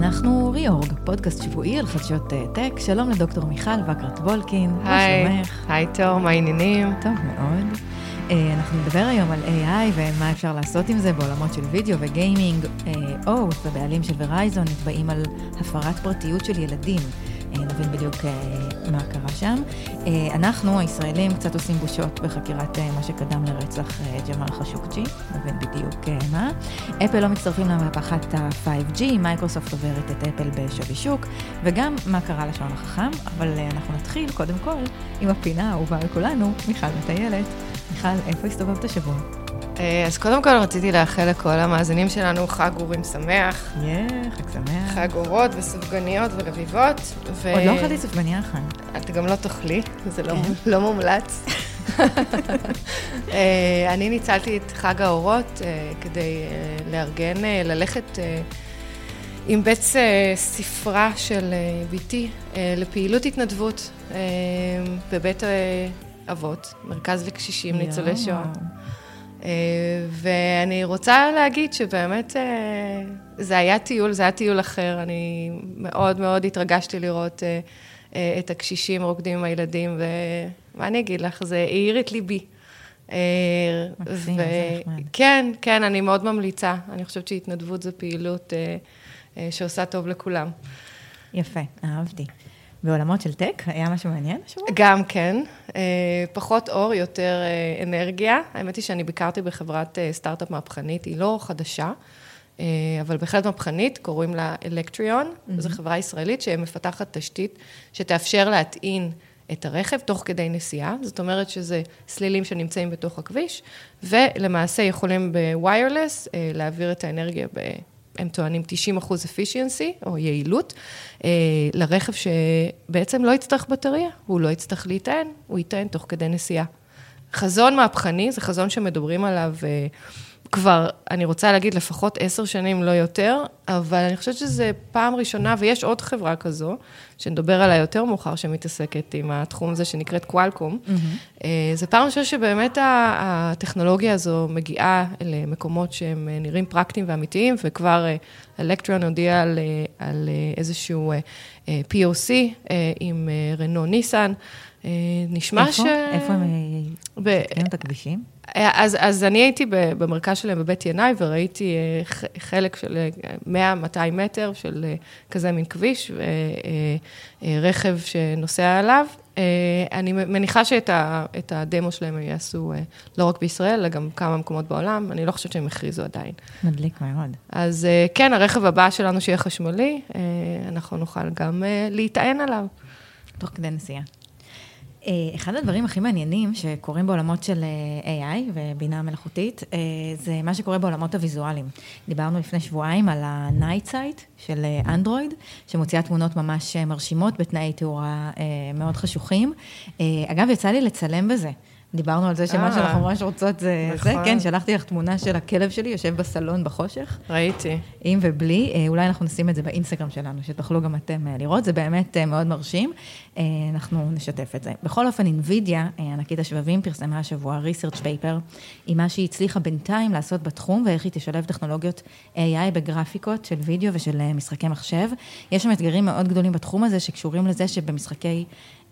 אנחנו ריאורג, פודקאסט שבועי על חדשות טק. שלום לדוקטור מיכל וקרת וולקין. היי, היי תור, מה העניינים? טוב מאוד. אנחנו נדבר היום על AI ומה אפשר לעשות עם זה בעולמות של וידאו וגיימינג. ובעלים של ורייזון נתבעים על הפרת פרטיות של ילדים. נבין בדיוק מה קרה שם. אנחנו, הישראלים, קצת עושים בושות בחקירת מה שקדם לרצח ג'מאל חשוקג'י. נבין בדיוק מה. אפל לא מצטרפים למהפכת ה-5G, מייקרוסופט עוברת את אפל בשווי שוק, וגם מה קרה לשעון החכם. אבל אנחנו נתחיל קודם כל עם הפינה האהובה על כולנו, מיכל מטיילת. מיכל, איפה הסתובבת השבוע? אז קודם כל רציתי לאחל לכל המאזינים שלנו חג אורים שמח. חג שמח. חג אורות וסופגניות ולביבות. עוד לא אכלתי סופגניה אחת. את גם לא תאכלי, זה לא מומלץ. אני ניצלתי את חג האורות כדי לארגן, ללכת עם בית ספרה של ביתי לפעילות התנדבות בבית אבות, מרכז לקשישים, ניצולי שואה. ואני רוצה להגיד שבאמת זה היה טיול אחר. אני מאוד מאוד התרגשתי לראות את הקשישים רוקדים עם הילדים, ומה אני אגיד לך, זה העיר את ליבי. כן, אני מאוד ממליצה. אני חושבת שהתנדבות זו פעילות שעושה טוב לכולם. יפה, אהבתי. בעולמות של טק, היה משהו מעניין? גם כן, פחות אור, יותר אנרגיה. האמת היא שאני ביקרתי בחברת סטארט-אפ מהפכנית, היא לא חדשה, אבל בהחלט מהפכנית, קוראים לה אלקטריון, זו חברה ישראלית שמפתחת תשתית שתאפשר להטעין את הרכב תוך כדי נסיעה, זאת אומרת שזה סלילים שנמצאים בתוך הכביש, ולמעשה יכולים בוויירלס להעביר את האנרגיה הם טוענים 90% efficiency, או יעילות, לרכב שבעצם לא יצטרך בטריה, הוא לא יצטרך להיטען, הוא ייטען תוך כדי נסיעה. חזון מהפכני, זה חזון שמדברים עליו כבר, אני רוצה להגיד, לפחות 10 שנים, לא יותר, אבל אני חושבת שזה פעם ראשונה, ויש עוד חברה כזו, שנדבר עליה יותר מאוחר, שמתעסקת עם התחום הזה שנקראת קואלקום. זה פעם ראשונה שבאמת הטכנולוגיה הזו מגיעה למקומות שהם נראים פרקטיים ואמיתיים, וכבר אלקטריון הודיע על איזשהו POC עם רנו ניסן. נשמע איפה הם מתקנים את הכבישים? אז אני הייתי במרכז שלהם בבית ינאי, וראיתי חלק של 100-200 מטר של כזה מין כביש, ורכב שנוסע עליו. אני מניחה שאת הדמו שלהם הם יעשו לא רק בישראל, אלא גם כמה מקומות בעולם. אני לא חושבת שהם הכריזו עדיין. מדליק מאוד. אז כן, הרכב הבא שלנו שיהיה חשמלי, אנחנו נוכל גם להיטען עליו. תוך כדי נסיעה. אחד הדברים הכי מעניינים שקורים בעולמות של AI ובינה מלאכותית, זה מה שקורה בעולמות הוויזואליים. דיברנו לפני שבועיים על ה-Night Sight של אנדרואיד, שמוציאה תמונות ממש מרשימות בתנאי תאורה מאוד חשוכים. אגב, יצא לי לצלם בזה. דיברנו על זה שמה שאנחנו ממש רוצות זה, כן, שלחתי לך תמונה של הכלב שלי, יושב בסלון בחושך. ראיתי. עם ובלי, אולי אנחנו נשים את זה באינסטגרם שלנו, שתוכלו גם אתם לראות, זה באמת מאוד מרשים, אנחנו נשתף את זה. בכל אופן, NVIDIA, ענקית השבבים, פרסמה השבוע research paper, עם מה שהיא הצליחה בינתיים לעשות בתחום, ואיך היא תשלב טכנולוגיות AI בגרפיקות של וידאו ושל משחקי מחשב. יש שם אתגרים מאוד גדולים בתחום הזה, שקשורים לזה שבמשחקי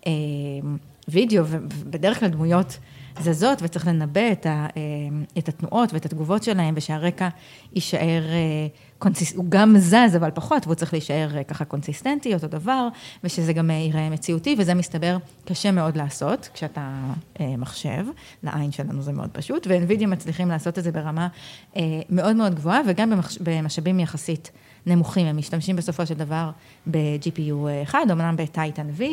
וידאו, ובדרך כלל דמויות זזות, וצריך לנבא את התנועות ואת התגובות שלהם, ושהרקע יישאר, הוא גם זז, אבל פחות, והוא צריך להישאר ככה קונסיסטנטי, אותו דבר, ושזה גם ייראה מציאותי, וזה מסתבר קשה מאוד לעשות, כשאתה מחשב, לעין שלנו זה מאוד פשוט, ו-NVIDIA מצליחים לעשות את זה ברמה מאוד מאוד גבוהה, וגם במשאבים יחסית נמוכים, הם משתמשים בסופו של דבר ב-GPU אחד, אמנם בטייטן V,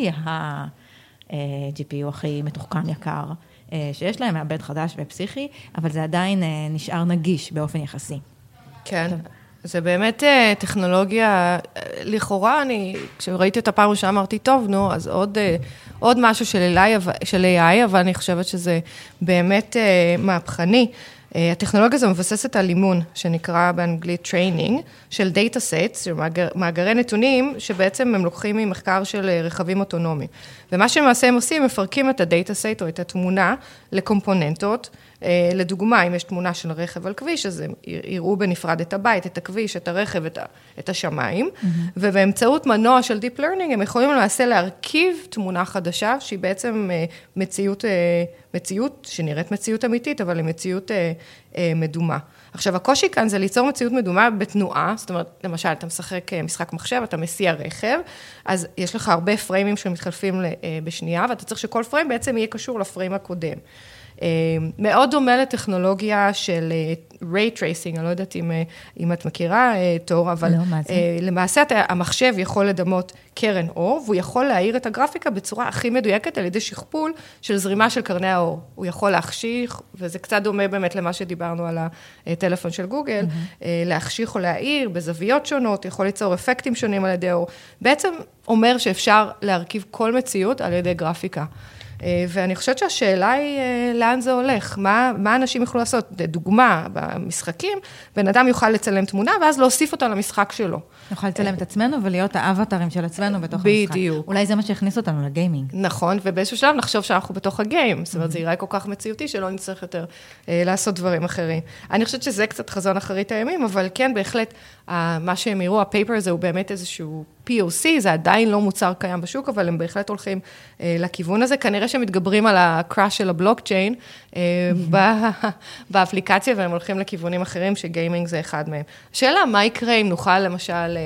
GPU הכי מתוחכם יקר שיש להם, מעבד חדש ופסיכי, אבל זה עדיין נשאר נגיש באופן יחסי. כן, זה באמת טכנולוגיה, לכאורה כשראיתי את הפעם ראשונה אמרתי, טוב, נו, אז עוד משהו של AI, אבל אני חושבת שזה באמת מהפכני. הטכנולוגיה הזו מבססת על אימון, שנקרא באנגלית training, של data sets, מאגרי נתונים, שבעצם הם לוקחים ממחקר של רכבים אוטונומיים. ומה שלמעשה הם עושים, מפרקים את הדאטה סט או את התמונה לקומפוננטות. לדוגמה, אם יש תמונה של רכב על כביש, אז הם יראו בנפרד את הבית, את הכביש, את הרכב, את השמיים, ובאמצעות מנוע של Deep Learning, הם יכולים למעשה להרכיב תמונה חדשה, שהיא בעצם מציאות שנראית מציאות אמיתית, אבל היא מציאות מדומה. עכשיו, הקושי כאן זה ליצור מציאות מדומה בתנועה, זאת אומרת, למשל, אתה משחק משחק מחשב, אתה מסיע רכב, אז יש לך הרבה פריימים שמתחלפים בשנייה, ואתה צריך שכל פריים בעצם יהיה קשור לפריים הקודם. מאוד דומה לטכנולוגיה של ray tracing, אני לא יודעת אם את מכירה, תור, אבל למעשה המחשב יכול לדמות קרן אור, והוא יכול להאיר את הגרפיקה בצורה הכי מדויקת על ידי שכפול של זרימה של קרני האור. הוא יכול להחשיך, וזה קצת דומה באמת למה שדיברנו על הטלפון של גוגל, להחשיך או להאיר בזוויות שונות, יכול ליצור אפקטים שונים על ידי אור. בעצם אומר שאפשר להרכיב כל מציאות על ידי גרפיקה. ואני חושבת שהשאלה היא לאן זה הולך, מה אנשים יוכלו לעשות, דוגמה במשחקים, בן אדם יוכל לצלם תמונה, ואז להוסיף אותה למשחק שלו. נוכל לצלם את עצמנו ולהיות האבטרים של עצמנו בתוך המשחק. בדיוק. אולי זה מה שהכניס אותנו לגיימינג. נכון, ובאיזשהו שלב נחשוב שאנחנו בתוך הגיים, זאת אומרת, זה יראה כל כך מציאותי שלא נצטרך יותר לעשות דברים אחרים. אני חושבת שזה קצת חזון אחרית הימים, אבל כן, בהחלט, מה שהם יראו, הפייפר הזה הוא באמת איזשהו POC, זה עדיין לא מוצר קיים בשוק, אבל הם בהחלט הולכים לכיוון הזה. כנראה שהם מתגברים על הקראש של הבלוקצ'יין באפליקציה, והם הולכים לכיוונים אחרים, שגיימינג זה אחד מהם. השאלה, מה יקרה אם נוכל למשל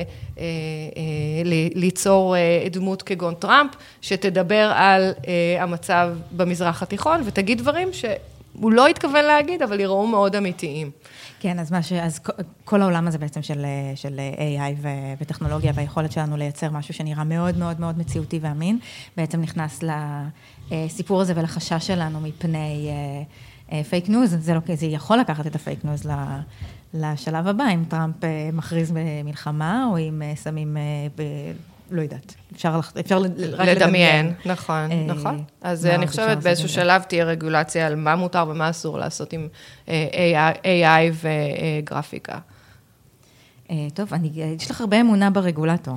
ליצור דמות כגון טראמפ, שתדבר על המצב במזרח התיכון, ותגיד דברים שהוא לא התכוון להגיד, אבל יראו מאוד אמיתיים. כן, אז כל העולם הזה בעצם של AI וטכנולוגיה, והיכולת שלנו לייצר משהו שנראה מאוד מאוד מאוד מציאותי ואמין, בעצם נכנס לסיפור הזה ולחשש שלנו מפני פייק ניוז. זה יכול לקחת את הפייק ניוז לשלב הבא, אם טראמפ מכריז במלחמה, או אם שמים לא יודעת, אפשר לדמיין, נכון. אז אני חושבת באיזשהו שלב תהיה רגולציה על מה מותר ומה אסור לעשות עם AI וגרפיקה. טוב, יש לך הרבה אמונה ברגולטור,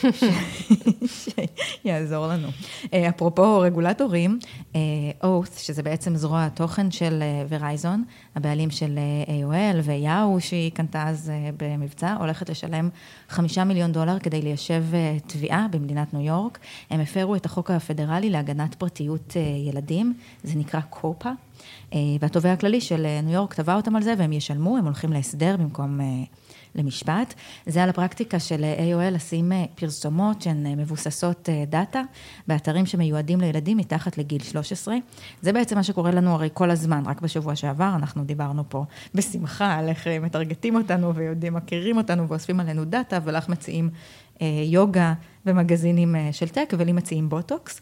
שיעזור לנו. אפרופו רגולטורים, Oath, שזה בעצם זרוע התוכן של ורייזון, הבעלים של AOL ויאו, שהיא קנתה אז במבצע, הולכת לשלם $5 מיליון כדי ליישב תביעה במדינת ניו יורק. הם הפרו את החוק הפדרלי להגנת פרטיות ילדים, זה נקרא קופה, והתובע הכללי של ניו יורק תבע אותם על זה, והם ישלמו, הם הולכים להסדר במקום למשפט. זה על הפרקטיקה של AOL לשים פרסומות שהן מבוססות דאטה, באתרים שמיועדים לילדים מתחת לגיל 13. זה בעצם מה שקורה לנו הרי כל הזמן, רק בשבוע שעבר, אנחנו דיברנו פה בשמחה על איך מטרגטים אותנו ויודעים, מכירים אותנו ואוספים עלינו דאטה, ולך מציעים יוגה ומגזינים של טק, ולי מציעים בוטוקס.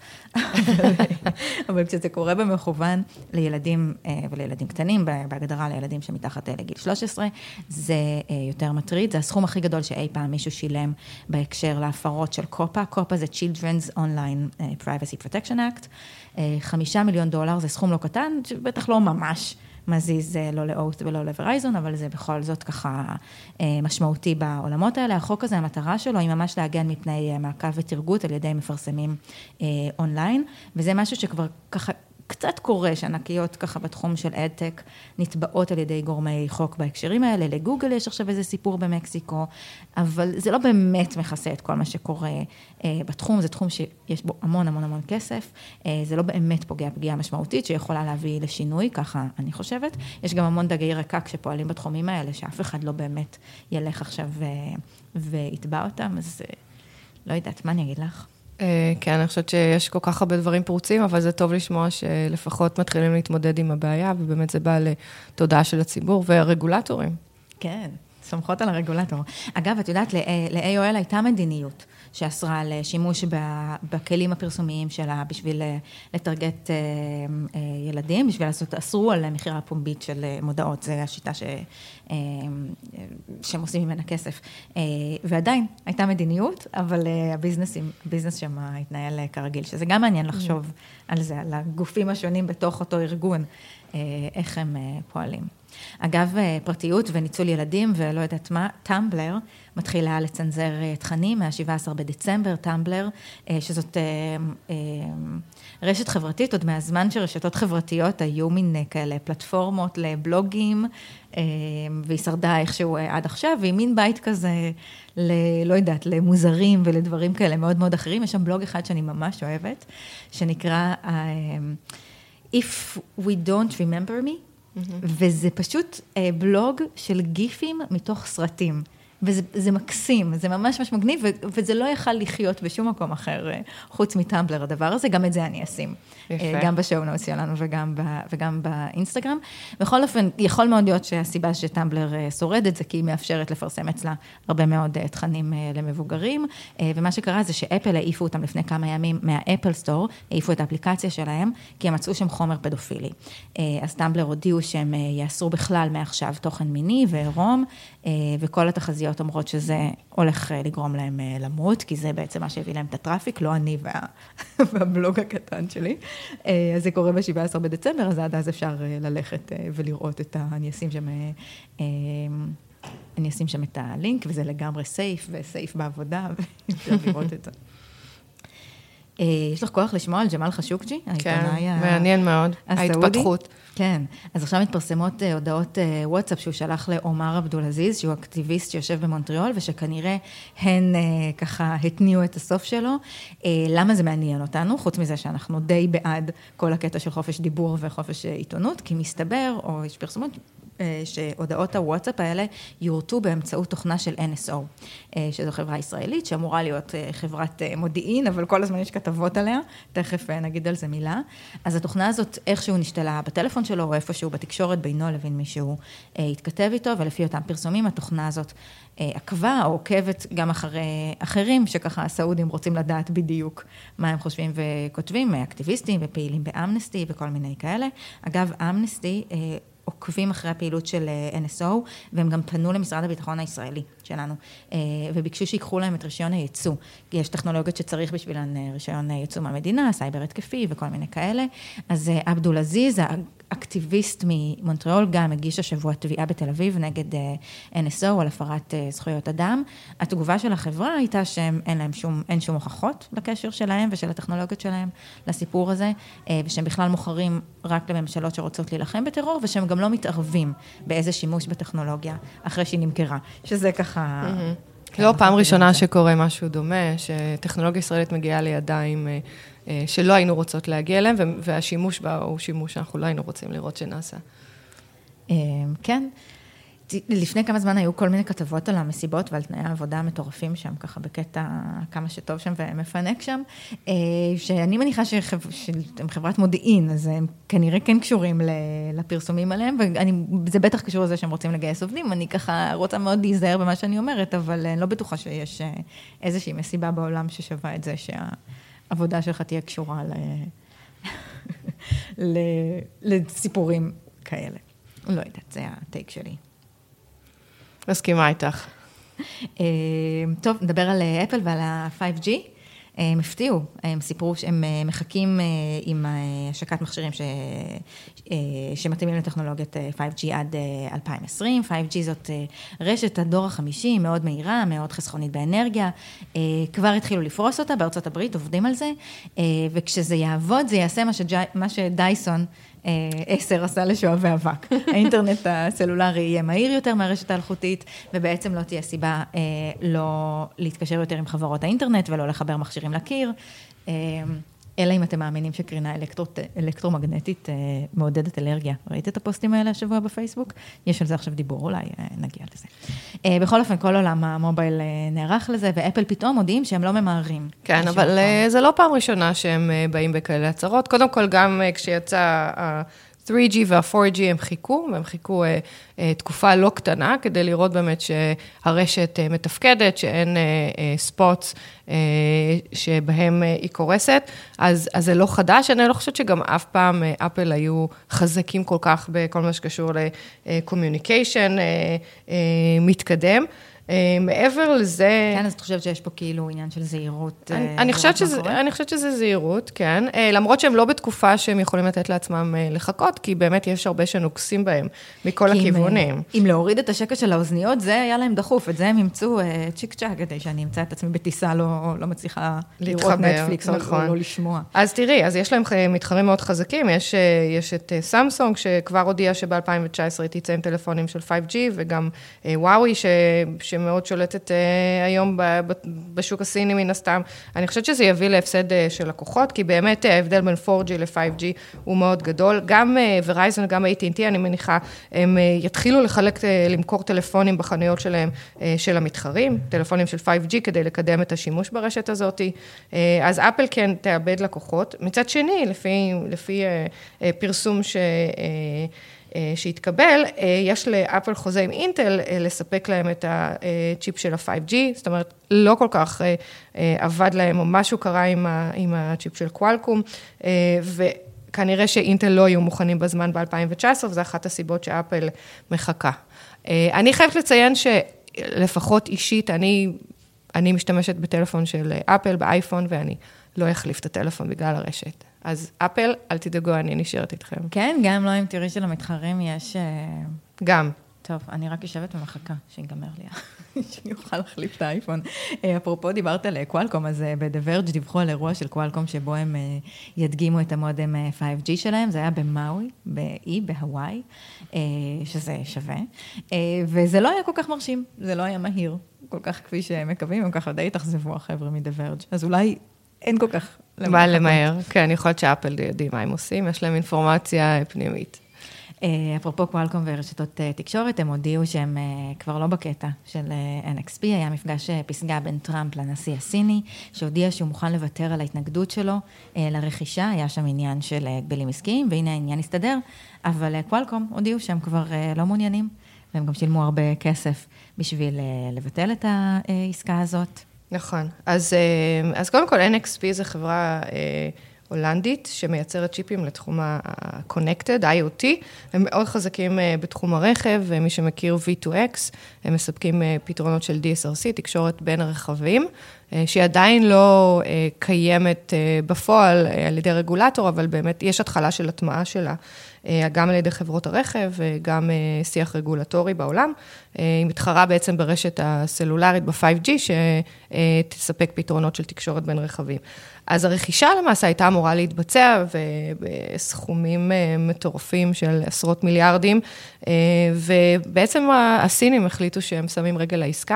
אבל כשזה קורה במכוון לילדים ולילדים קטנים, בהגדרה לילדים שמתחת לגיל 13, זה יותר מטריד. זה הסכום הכי גדול שאי פעם מישהו שילם בהקשר להפרות של קופה. קופה זה Children's Online Privacy Protection Act. $5 מיליון, זה סכום לא קטן, שבטח לא ממש מזיז לא לאוט ולא לוורייזון, אבל זה בכל זאת ככה משמעותי בעולמות האלה. החוק הזה, המטרה שלו היא ממש להגן מפני מעקב ותרגות על ידי מפרסמים אונליין, וזה משהו שכבר ככה קצת קורה, שענקיות ככה בתחום של אדטק נתבעות על ידי גורמי חוק בהקשרים האלה. לגוגל יש עכשיו איזה סיפור במקסיקו, אבל זה לא באמת מכסה את כל מה שקורה בתחום, זה תחום שיש בו המון המון המון כסף, זה לא באמת פוגע פגיעה משמעותית שיכולה להביא לשינוי, ככה אני חושבת. יש גם המון דגי רקק שפועלים בתחומים האלה, שאף אחד לא באמת ילך עכשיו ויתבע אותם, אז לא יודעת, מה אני אגיד לך? כן, אני חושבת שיש כל כך הרבה דברים פרוצים, אבל זה טוב לשמוע שלפחות מתחילים להתמודד עם הבעיה, ובאמת זה בא לתודעה של הציבור והרגולטורים. כן, סומכות על הרגולטור. אגב, את יודעת, ל-AOL הייתה מדיניות שאסרה על שימוש בכלים הפרסומיים שלה בשביל לטרגט ילדים, בשביל לעשות, אסרו על מחירה פומבית של מודעות, זו השיטה שהם עושים ממנה כסף. ועדיין הייתה מדיניות, אבל הביזנס שם התנהל כרגיל, שזה גם מעניין לחשוב על זה, על הגופים השונים בתוך אותו ארגון, איך הם פועלים. אגב, פרטיות וניצול ילדים ולא יודעת מה, טמבלר מתחילה לצנזר תכנים מה-17 בדצמבר, טמבלר, שזאת רשת חברתית, עוד מהזמן שרשתות חברתיות היו מין כאלה פלטפורמות לבלוגים, והיא שרדה איכשהו עד עכשיו, והיא מין בית כזה, לא יודעת, למוזרים ולדברים כאלה מאוד מאוד אחרים. יש שם בלוג אחד שאני ממש אוהבת, שנקרא If We Don't Remember Me, וזה פשוט בלוג של גיפים מתוך סרטים. וזה מקסים, זה ממש ממש מגניב, וזה לא יכל לחיות בשום מקום אחר, חוץ מטמבלר הדבר הזה, גם את זה אני אשים. גם בשואו נוטס שלנו וגם באינסטגרם. בכל אופן, יכול מאוד להיות שהסיבה שטמבלר שורד את זה, כי היא מאפשרת לפרסם אצלה הרבה מאוד תכנים למבוגרים, ומה שקרה זה שאפל העיפו אותם לפני כמה ימים מהאפל סטור, העיפו את האפליקציה שלהם, כי הם מצאו שם חומר פדופילי. אז טמבלר הודיעו שהם יאסרו בכלל מעכשיו תוכן מיני ועירום, וכל התחזיות אומרות שזה הולך לגרום להם למות, כי זה בעצם מה שהביא להם את הטראפיק, לא אני והבלוג הקטן שלי. אז זה קורה ב-17 בדצמבר, אז עד אז אפשר ללכת ולראות את אני אשים שם את הלינק, וזה לגמרי סייף, וסייף בעבודה, ואפשר לראות את זה. יש לך כוח לשמוע על ג'מאל חשוקג'י? כן, מעניין מאוד, ההתפתחות. כן, אז עכשיו מתפרסמות הודעות וואטסאפ שהוא שלח לעומר עבדולעזיז, שהוא אקטיביסט שיושב במונטריאול, ושכנראה הן ככה התניעו את הסוף שלו. למה זה מעניין אותנו? חוץ מזה שאנחנו די בעד כל הקטע של חופש דיבור וחופש עיתונות, כי מסתבר, או יש פרסומות, שהודעות הוואטסאפ האלה יורטו באמצעות תוכנה של NSO, שזו חברה ישראלית שאמורה להיות חברת מודיעין, אבל כל הזמן יש כתבות עליה, תכף נגיד על זה מילה. אז התוכנה הזאת איכשהו נשתלה בטלפון שלו, או איפשהו בתקשורת בינו לבין מישהו התכתב איתו, ולפי אותם פרסומים התוכנה הזאת עקבה או עוקבת גם אחרים, שככה הסעודים רוצים לדעת בדיוק מה הם חושבים וכותבים, אקטיביסטים ופעילים באמנסטי וכל מיני כאלה. אגב, אמנסטי עוקבים אחרי הפעילות של NSO, והם גם פנו למשרד הביטחון הישראלי שלנו, וביקשו שיקחו להם את רישיון הייצוא. יש טכנולוגיות שצריך בשבילן רישיון ייצוא מהמדינה, סייבר התקפי וכל מיני כאלה. אז עבדולעזיז, האקטיביסט ממונטריאול, גם הגיש השבוע תביעה בתל אביב נגד NSO על הפרת זכויות אדם. התגובה של החברה הייתה שאין להם אין שום הוכחות לקשר שלהם ושל הטכנולוגיות שלהם לסיפור הזה, ושהם בכלל מוכרים רק לממשלות שרוצות להילחם בטרור, ושהם גם לא מתערבים באיזה שימוש בטכנולוגיה אחרי שהיא נמכרה, שזה ככה... לא פעם ראשונה שקורה משהו דומה, שטכנולוגיה ישראלית מגיעה לידיים שלא היינו רוצות להגיע אליהם, והשימוש בה הוא שימוש שאנחנו לא היינו רוצים לראות שנעשה. כן. לפני כמה זמן היו כל מיני כתבות על המסיבות ועל תנאי העבודה המטורפים שם, ככה בקטע כמה שטוב שם ומפנק שם, שאני מניחה שהם חברת מודיעין, אז הם כנראה כן קשורים לפרסומים עליהם, וזה בטח קשור לזה שהם רוצים לגייס עובדים, אני ככה רוצה מאוד להיזהר במה שאני אומרת, אבל אני לא בטוחה שיש איזושהי מסיבה בעולם ששווה את זה שהעבודה שלך תהיה קשורה לסיפורים כאלה. לא יודעת, זה הטייק שלי. מסכימה איתך. טוב, נדבר על אפל ועל ה-5G. הם הפתיעו, הם סיפרו שהם מחכים עם השקת מכשירים שמתאימים לטכנולוגיית 5G עד 2020. 5G זאת רשת הדור החמישי, מאוד מהירה, מאוד חסכונית באנרגיה. כבר התחילו לפרוס אותה, בארצות הברית עובדים על זה, וכשזה יעבוד, זה יעשה מה שדייסון 10 עשה לשואבי אבק. האינטרנט הסלולרי יהיה מהיר יותר מהרשת האלחוטית, ובעצם לא תהיה סיבה לא להתקשר יותר עם חברות האינטרנט, ולא לחבר מכשירים לקיר, אלא אם אתם מאמינים שקרינה אלקטרומגנטית מעודדת אלרגיה. ראית את הפוסטים האלה השבוע בפייסבוק? יש על זה עכשיו דיבור, אולי נגיע לזה. בכל אופן, כל עולם המובייל נערך לזה, ואפל פתאום מודיעים שהם לא ממהרים. כן, אבל זה לא פעם ראשונה שהם באים בכאלה הצהרות. קודם כל, גם כשיצא 3G וה-4G הם חיכו, והם חיכו תקופה לא קטנה, כדי לראות באמת שהרשת מתפקדת, שאין ספוטס שבהם היא קורסת, אז זה לא חדש, אני לא חושבת שגם אף פעם אפל היו חזקים כל כך בכל מה שקשור ל-communication מתקדם, מעבר לזה... כן, אז את חושבת שיש פה כאילו עניין של זהירות? אני חושבת שזה זהירות, כן. למרות שהם לא בתקופה שהם יכולים לתת לעצמם לחכות, כי באמת יש הרבה שנוקסים בהם, מכל הכיוונים. אם להוריד את השקע של האוזניות, זה היה להם דחוף, את זה הם ימצאו צ'יק צ'ק, כדי שאני אמצא את עצמי בטיסה, לא מצליחה לראות נטפליקס או לא לשמוע. אז תראי, אז יש להם מתחרים מאוד חזקים, יש את סמסונג, שכבר הודיע שב-2019 תצא עם טלפונים של 5G, וגם וואוי, שמאוד שולטת היום בשוק הסיני מן הסתם. אני חושבת שזה יביא להפסד של לקוחות, כי באמת ההבדל בין 4G ל-5G הוא מאוד גדול. גם Verizon, גם AT&T, אני מניחה, הם יתחילו למכור טלפונים בחנויות שלהם, של המתחרים, טלפונים של 5G, כדי לקדם את השימוש ברשת הזאת. אז אפל כן תאבד לקוחות. מצד שני, לפי פרסום שהתקבל, יש לאפל חוזה עם אינטל לספק להם את הצ'יפ של ה-5G, זאת אומרת, לא כל כך עבד להם, או משהו קרה עם הצ'יפ של קואלקום, וכנראה שאינטל לא היו מוכנים בזמן ב-2019, וזו אחת הסיבות שאפל מחכה. אני חייבת לציין שלפחות אישית, אני משתמשת בטלפון של אפל, באייפון, ואני לא אחליף את הטלפון בגלל הרשת. אז אפל, אל תדאגו, אני נשארת איתכם. כן, גם לא עם תראי של המתחרים יש... גם. טוב, אני רק יושבת ומחכה שיגמר לי, שאני אוכל להחליף את האייפון. אפרופו דיברת על קואלקום, אז ב-The Verge דיווחו על אירוע של קואלקום, שבו הם ידגימו את המודם 5G שלהם, זה היה במאוי, באי, בהוואי, שזה שווה, וזה לא היה כל כך מרשים, זה לא היה מהיר, כל כך כפי שהם מקווים, הם ככה די התאכזבו החבר'ה מ-The Verge, אז אולי אין כל כך... מה למהר? כן, יכול להיות שאפל יודעים מה הם עושים, יש להם אינפורמציה פנימית. אפרופו קואלקום ורשתות תקשורת, הם הודיעו שהם כבר לא בקטע של NXP, היה מפגש פסגה בין טראמפ לנשיא הסיני, שהודיע שהוא מוכן לוותר על ההתנגדות שלו לרכישה, היה שם עניין של הגבלים עסקיים, והנה העניין הסתדר, אבל קואלקום הודיעו שהם כבר לא מעוניינים, והם גם שילמו הרבה כסף בשביל לבטל את העסקה הזאת. נכון, אז קודם כל NXP זה חברה... הולנדית, שמייצרת צ'יפים לתחום ה-Connected, IoT, הם מאוד חזקים בתחום הרכב, ומי שמכיר V2X, הם מספקים פתרונות של DSRC, תקשורת בין הרכבים, שהיא עדיין לא קיימת בפועל על ידי רגולטור, אבל באמת יש התחלה של הטמעה שלה, גם על ידי חברות הרכב, וגם שיח רגולטורי בעולם. היא מתחרה בעצם ברשת הסלולרית ב-5G, שתספק פתרונות של תקשורת בין רכבים. אז הרכישה למעשה הייתה אמורה להתבצע, ובסכומים מטורפים של עשרות מיליארדים, ובעצם הסינים החליטו שהם שמים רגל לעסקה,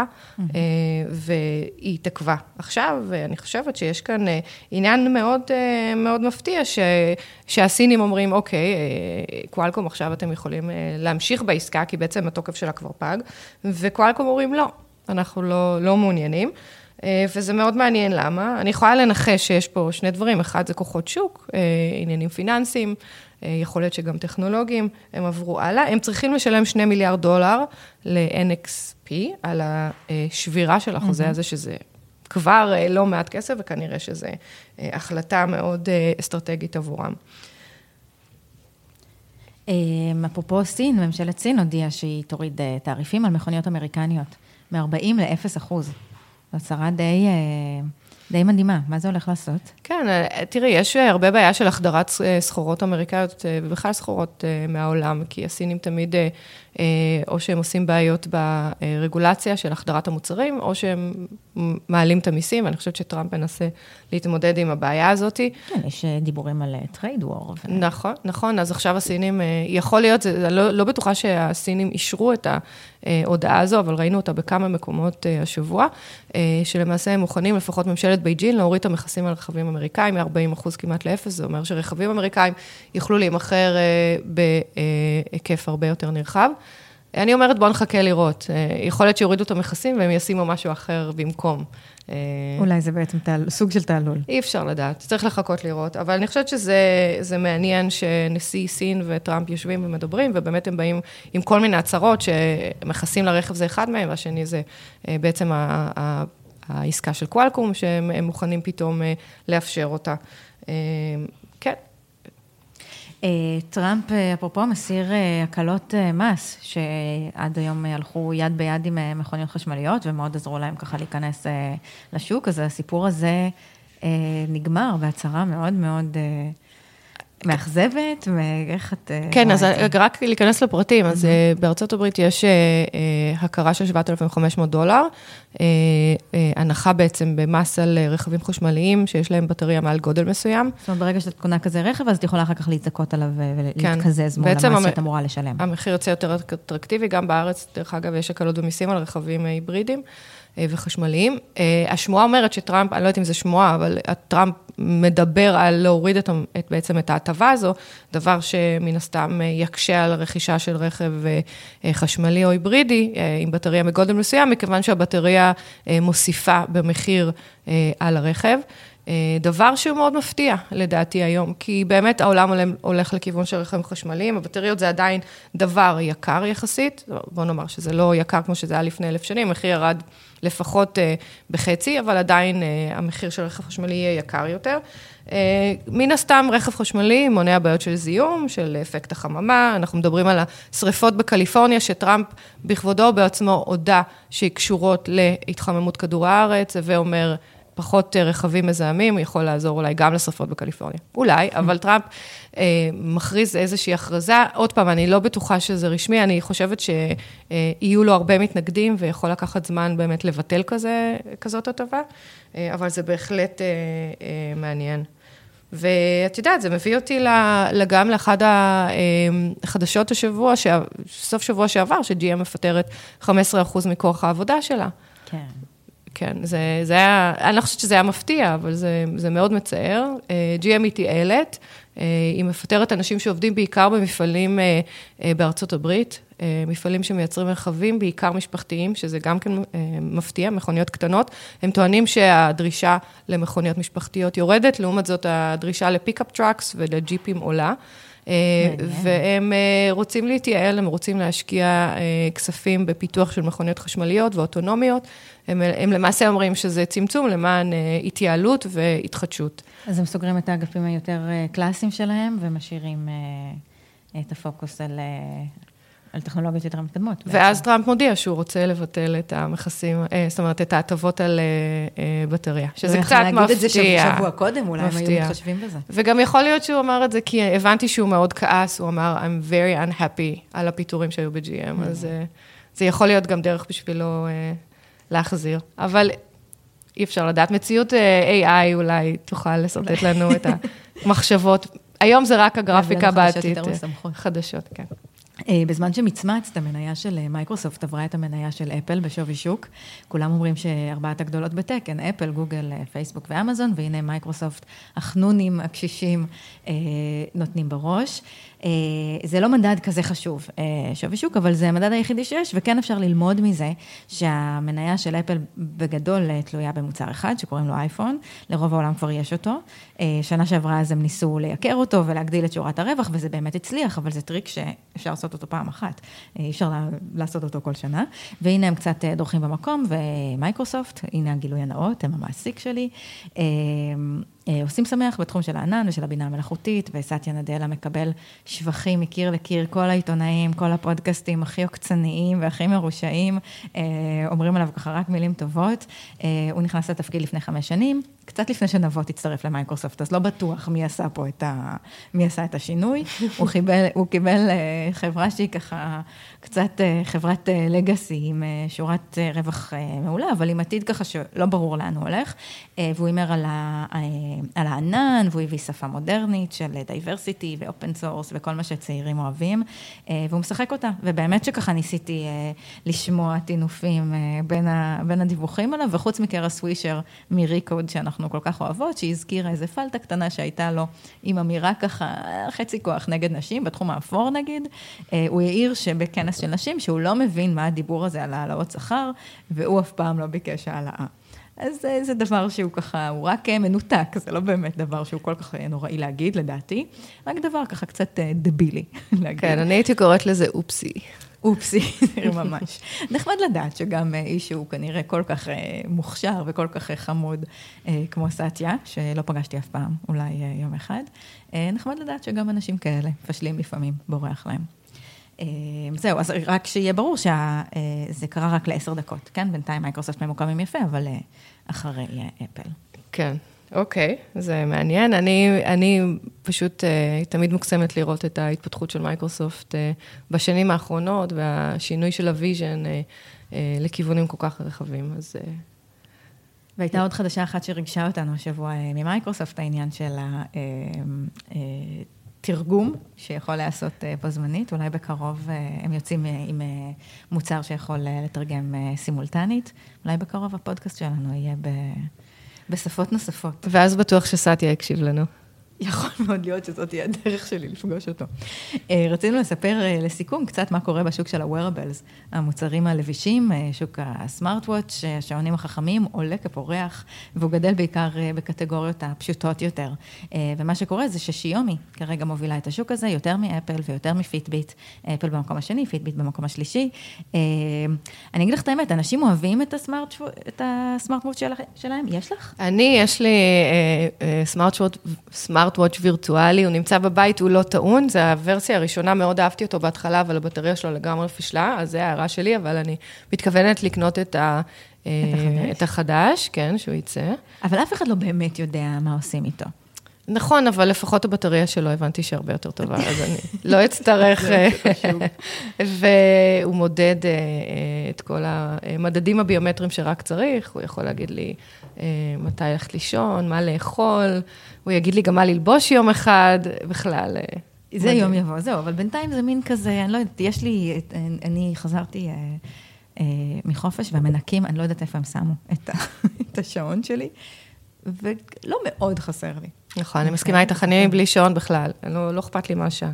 והיא תקווה. עכשיו, אני חושבת שיש כאן עניין מאוד, מאוד מפתיע, שהסינים אומרים, אוקיי, קואלקום עכשיו אתם יכולים להמשיך בעסקה, כי בעצם התוקף שלה כבר פג, וקואלקום אומרים, לא, אנחנו לא מעוניינים, וזה מאוד מעניין למה. אני יכולה לנחש שיש פה שני דברים, אחד זה כוחות שוק, עניינים פיננסיים, יכול להיות שגם טכנולוגיים, הם עברו הלאה, הם צריכים לשלם $2 מיליארד ל-NXP, על השבירה של החוזה הזה, שזה כבר לא מעט כסף, וכנראה שזה החלטה מאוד אסטרטגית עבורם. אפרופו סין, ממשלת סין הודיעה שהיא תוריד תעריפים על מכוניות אמריקניות, מ-40% ל-0%. הצהרה די מדהימה. מה זה הולך לעשות? כן, תראי, יש הרבה בעיה של החדרת סחורות אמריקאיות, ובכלל סחורות מהעולם, כי הסינים תמיד, או שהם עושים בעיות ברגולציה של החדרת המוצרים, או שהם מעלים את המיסים, ואני חושבת שטראמפ מנסה להתמודד עם הבעיה הזאת. כן, יש דיבורים על טרייד וור. נכון, אז עכשיו הסינים, יכול להיות, לא בטוחה שהסינים אישרו את ההודעה הזו, אבל ראינו אותה בכמה מקומות השבוע, שלמעשה הם מוכנים, לפחות ממשלת בייג'ין, להוריד את המכסים על רכבים אמריקאים, מ-40% כמעט ל-0, זה אומר שרכבים אמריקאים יוכלו להימכר בהיקף הרבה יותר נרחב. אני אומרת, בוא נחכה לראות. יכול להיות שיורידו את המכסים, והם ישימו משהו אחר במקום. אולי זה בעצם סוג של תעלול. אי אפשר לדעת, צריך לחכות לראות. אבל אני חושבת שזה מעניין שנשיא סין וטראמפ יושבים ומדברים, ובאמת הם באים עם כל מיני הצהרות, שמכסים לרכב זה אחד מהם, והשני זה בעצם העסקה של קואלקום, שהם מוכנים פתאום לאפשר אותה. כן. טראמפ, אפרופו, מסיר הקלות מס, שעד היום הלכו יד ביד עם מכוניות חשמליות, ומאוד עזרו להם ככה להיכנס לשוק, אז הסיפור הזה נגמר, והצהרה מאוד מאוד מאכזבת, ואיך את... כן, אז רק להיכנס לפרטים, אז בארצות הברית יש הכרה של $7,500, הנחה בעצם במס על רכבים חשמליים, שיש להם בטריה מעל גודל מסוים. זאת אומרת, ברגע שאת קונה כזה רכב, אז את יכולה אחר כך להתזכות עליו ולהתקזז מול המס שאת אמורה לשלם. המחיר יוצא יותר אטרקטיבי, גם בארץ, דרך אגב, יש הקלות במיסים על רכבים היברידיים וחשמליים. השמועה אומרת שטראמפ, אני לא יודעת אם זה שמועה, אבל טראמפ מדבר על להוריד בעצם את ההטבה הזו, דבר שמן הסתם יקשה על הרכישה של רכב חשמלי או היברידי, עם בטריה מגודל מסוים, מכיוון שהבטריה מוסיפה במחיר על הרכב. דבר שהוא מאוד מפתיע, לדעתי היום, כי באמת העולם הולך לכיוון של רכבים חשמליים, הבטריות זה עדיין דבר יקר יחסית, בוא נאמר שזה לא יקר כמו שזה היה לפני 1,000 שנים, המחיר ירד לפחות בחצי, אבל עדיין המחיר של רכב חשמלי יהיה יקר יותר. מן הסתם רכב חשמלי מונע בעיות של זיהום, של אפקט החממה, אנחנו מדברים על השריפות בקליפורניה, שטראמפ בכבודו בעצמו הודע שהיא קשורות להתחממות כדור הארץ, ואומר, פחות רכבים מזהמים, יכול לעזור אולי גם לשרפות בקליפורניה. אולי, אבל טראמפ מכריז איזושהי הכרזה. עוד פעם, אני לא בטוחה שזה רשמי, אני חושבת שיהיו לו הרבה מתנגדים, ויכול לקחת זמן באמת לבטל כזאת הטבה, אבל זה בהחלט מעניין. ואת יודעת, זה מביא אותי גם לאחד החדשות השבוע, סוף שבוע שעבר, ש-GM מפטרת 15% מכוח העבודה שלה. כן. כן, זה היה, אני לא חושבת שזה היה מפתיע, אבל זה מאוד מצער. GM מתייעלת, היא מפטרת אנשים שעובדים בעיקר במפעלים בארצות הברית, מפעלים שמייצרים רכבים, בעיקר משפחתיים, שזה גם כן מפתיע, מכוניות קטנות. הם טוענים שהדרישה למכוניות משפחתיות יורדת, לעומת זאת הדרישה לפיקאפ טראקס ולג'יפים עולה. והם רוצים להתייעל, הם רוצים להשקיע כספים בפיתוח של מכוניות חשמליות ואוטונומיות. הם למעשה אומרים שזה צמצום למען התייעלות והתחדשות. אז הם סוגרים את האגפים היותר קלאסיים שלהם, ומשאירים את הפוקוס על טכנולוגיות יותר מתקדמות. ואז טראמפ מודיע שהוא רוצה לבטל את המכסים, זאת אומרת, את ההטבות על בטריה, שזה קצת מפתיע. להגיד את זה שבוע קודם, אולי הם היו מתחשבים בזה. וגם יכול להיות שהוא אמר את זה, כי הבנתי שהוא מאוד כעס, הוא אמר, I'm very unhappy על הפיטורים שהיו ב-GM, אז זה יכול להיות גם דרך בשבילו להחזיר. אבל אי אפשר לדעת, מציאות AI אולי תוכל לסרטט לנו את המחשבות. היום זה רק הגרפיקה בעתיד. חדשות, כן. בזמן שמצמצת, המניה של מייקרוסופט עברה את המניה של אפל בשווי שוק. כולם אומרים שארבעת הגדולות בטק, אפל, גוגל, פייסבוק ואמזון, והנה מייקרוסופט, החנונים, הקשישים, נותנים בראש. זה לא מדד כזה חשוב, שווי שוק, אבל זה המדד היחידי שיש, וכן אפשר ללמוד מזה שהמניה של אפל בגדול תלויה במוצר אחד, שקוראים לו אייפון, לרוב העולם כבר יש אותו. שנה שעברה אז הם ניסו לייקר אותו ולהגדיל את שורת הרווח, וזה באמת הצליח, אבל זה טריק שאפשר לעשות אותו פעם אחת. אי אפשר לעשות אותו כל שנה. והנה הם קצת דורכים במקום, ומייקרוסופט, הנה הגילוי הנאות, הם המעסיק שלי, עושים שמח בתחום של הענן ושל הבינה המלאכותית, וסטיה נדלה מקבל שבחים מקיר לקיר, כל העיתונאים, כל הפודקאסטים הכי עוקצניים והכי מרושעים, אומרים עליו ככה רק מילים טובות. הוא נכנס לתפקיד לפני 5 שנים, קצת לפני שנבות הצטרף למייקרוסופט, אז לא בטוח מי עשה פה מי עשה את השינוי. הוא קיבל חברה שהיא ככה, קצת חברת לגאסי, עם שורת רווח מעולה, אבל עם עתיד ככה שלא ברור לאן הוא הולך, והוא אומר על הענן, והוא הביא שפה מודרנית של דייברסיטי ואופן סורס וכל מה שצעירים אוהבים, והוא משחק אותה, ובאמת שככה ניסיתי לשמוע טינופים בין הדיווחים עליו, וחוץ מקרה סווישר מריקוד שאנחנו כל כך אוהבות, שהזכירה איזה פלטה קטנה שהייתה לו עם אמירה ככה חצי כוח נגד נשים, בתחום האפור נגיד, הוא העיר שבכנס של נשים, שהוא לא מבין מה הדיבור הזה על העלאות שכר, והוא אף פעם לא ביקש העלאה. אז זה דבר שהוא ככה, הוא רק מנותק, זה לא באמת דבר שהוא כל כך נוראי להגיד, לדעתי, רק דבר ככה קצת דבילי להגיד. כן, אני הייתי קוראת לזה אופסי. אופסי, ממש. נחמד לדעת שגם איש שהוא כנראה כל כך מוכשר וכל כך חמוד, כמו סטיה, שלא פגשתי אף פעם, אולי יום אחד. נחמד לדעת שגם אנשים כאלה פשלים לפעמים, בורח להם. זהו, אז רק שיהיה ברור שזה קרה רק ל10 דקות, כן? בינתיים מייקרוסופט ממוקמים יפה, אבל אחרי אפל. כן. אוקיי, זה מעניין. אני פשוט תמיד מוקסמת לראות את ההתפתחות של מייקרוסופט בשנים האחרונות, והשינוי של הוויז'ן לכיוונים כל כך רחבים. אז... והייתה עוד חדשה אחת שרגשה אותנו השבוע ממייקרוסופט, העניין של התרגום שיכול לעשות בו זמנית. אולי בקרוב הם יוצאים עם מוצר שיכול לתרגם סימולטנית. אולי בקרוב הפודקאסט שלנו יהיה בשפות נוספות. ואז בטוח שסטיה יקשיב לנו. יכול מאוד להיות שזאת תהיה הדרך שלי לפגוש אותו. רצינו לספר לסיכום קצת מה קורה בשוק של ה-wearables, המוצרים הלבישים, שוק הסמארט-וואץ', השעונים החכמים, עולה כפורח, והוא גדל בעיקר בקטגוריות הפשוטות יותר. ומה שקורה זה ששיומי כרגע מובילה את השוק הזה, יותר מאפל ויותר מפיטביט, אפל במקום השני, פיטביט במקום השלישי. אני אגיד לך את האמת, אנשים אוהבים את הסמארט-וואץ' שלהם? יש לך? יש לי סמארט-וואץ' וירטואלי, הוא נמצא בבית, הוא לא טעון, זו הוורסיה הראשונה, מאוד אהבתי אותו בהתחלה, אבל הבטריה שלו לגמרי פישלה, אז זה הערה שלי, אבל אני מתכוונת לקנות את החדש, כן, שהוא יצא. אבל אף אחד לא באמת יודע מה עושים איתו. נכון, אבל לפחות הבטריה שלו הבנתי שהרבה יותר טובה, אז אני לא אצטרך, והוא מודד את כל המדדים הביומטריים שרק צריך, הוא יכול להגיד לי מתי ללכת לישון, מה לאכול, הוא יגיד לי גם מה ללבוש יום אחד, בכלל. זה יום יבוא, זהו, אבל בינתיים זה מין כזה, אני לא יודעת, אני חזרתי מחופש, והמנקים, אני לא יודעת איפה הם שמו את השעון שלי, ולא מאוד חסר לי. נכון, אני מסכימה איתך, אני בלי שעון בכלל, לא אכפת לי מה השעה.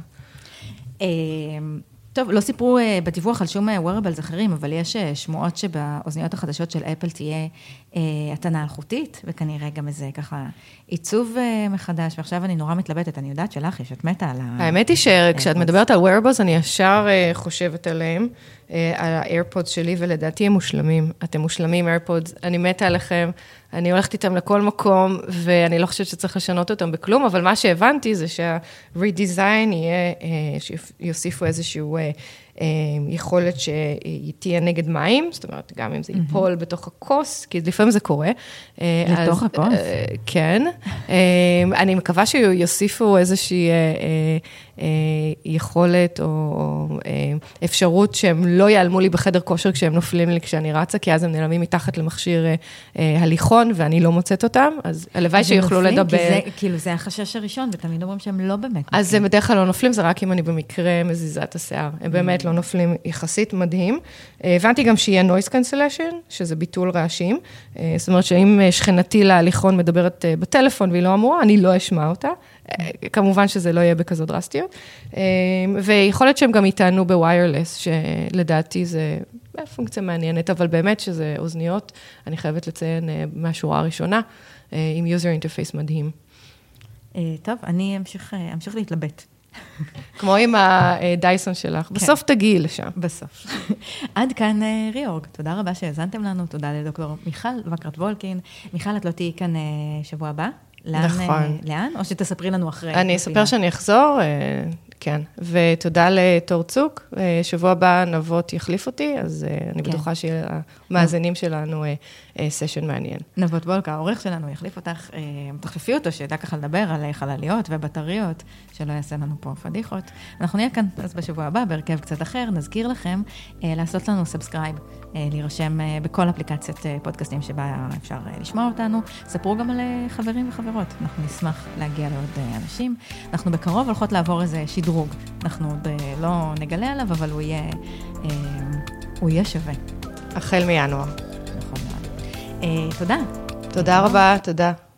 טוב, לא סיפרו בדיווח על שום wearables אחרים, אבל יש שמועות שבאוזניות החדשות של אפל תהיה התנה אלחוטית, וכנראה גם איזה ככה עיצוב מחדש, ועכשיו אני נורא מתלבטת, אני יודעת שלך יש, את מתה על האמת היא שכשאת מדברת על wearables, אני ישר חושבת עליהם, על האיירפודס שלי, ולדעתי הם מושלמים. אתם מושלמים, איירפודס, אני מתה עליכם, אני הולכת איתם לכל מקום, ואני לא חושבת שצריך לשנות אותם בכלום, אבל מה שהבנתי זה שה-redesign יהיה, שיוסיפו איזשהו יכולת שתהיה נגד מים, זאת אומרת, גם אם זה ייפול בתוך הכוס, כי לפעמים זה קורה. לתוך הכוס? כן. אני מקווה שיוסיפו איזושהי יכולת או אפשרות שהם לא יעלמו לי בחדר כושר כשהם נופלים לי כשאני רצה, כי אז הם נעלמים מתחת למכשיר הליכון, ואני לא מוצאת אותם, אז הלוואי שיוכלו לדבר. כאילו זה החשש הראשון, ותמיד אומרים שהם לא באמת. אז הם בדרך כלל לא נופלים, זה רק אם אני במקרה מזיזה את השיער. הם באמת לא נופלים יחסית מדהים. הבנתי גם שיהיה noise cancellation, שזה ביטול רעשים. זאת אומרת שאם שכנתי להליכון מדברת בטלפון והיא לא אמורה, אני לא אשמע אותה. כמובן שזה לא יהיה בכזו דרסטיות. ויכול להיות שהם גם יטענו בוויירלס, שלדעתי זה פונקציה מעניינת, אבל באמת שזה אוזניות, אני חייבת לציין מהשורה הראשונה, עם user interface מדהים. טוב, אני אמשיך להתלבט. כמו עם הדייסון שלך. בסוף תגיעי לשם. בסוף. עד כאן ריאורג. תודה רבה שהאזנתם לנו. תודה לדוקטור מיכל וקרת וולקין. מיכל, את לא תהיי כאן שבוע הבא? נכון. לאן? או שתספרי לנו אחרי? אני אספר שאני אחזור, כן. ותודה לתור צוק. שבוע הבא נבות יחליף אותי, אז אני בטוחה שהמאזינים שלנו סשן מעניין. נבות וולקה, העורך שלנו יחליף אותך, תחפפי אותו, שידע ככה לדבר על חלליות ובטריות, שלא יעשה לנו פה פדיחות. אנחנו נהיה כאן אז בשבוע הבא, בהרכב קצת אחר, נזכיר לכם לעשות לנו סאבסקרייב, להירשם בכל אפליקציית פודקאסטים שבה אפשר לשמוע אותנו. ספרו גם על חברים וחברות, אנחנו נשמח להגיע לעוד אנשים. אנחנו בקרוב הולכות לעבור איזה שדרוג, אנחנו עוד לא נגלה עליו, אבל הוא יהיה שווה. החל מינואר. נכון מאוד. תודה. תודה רבה, תודה.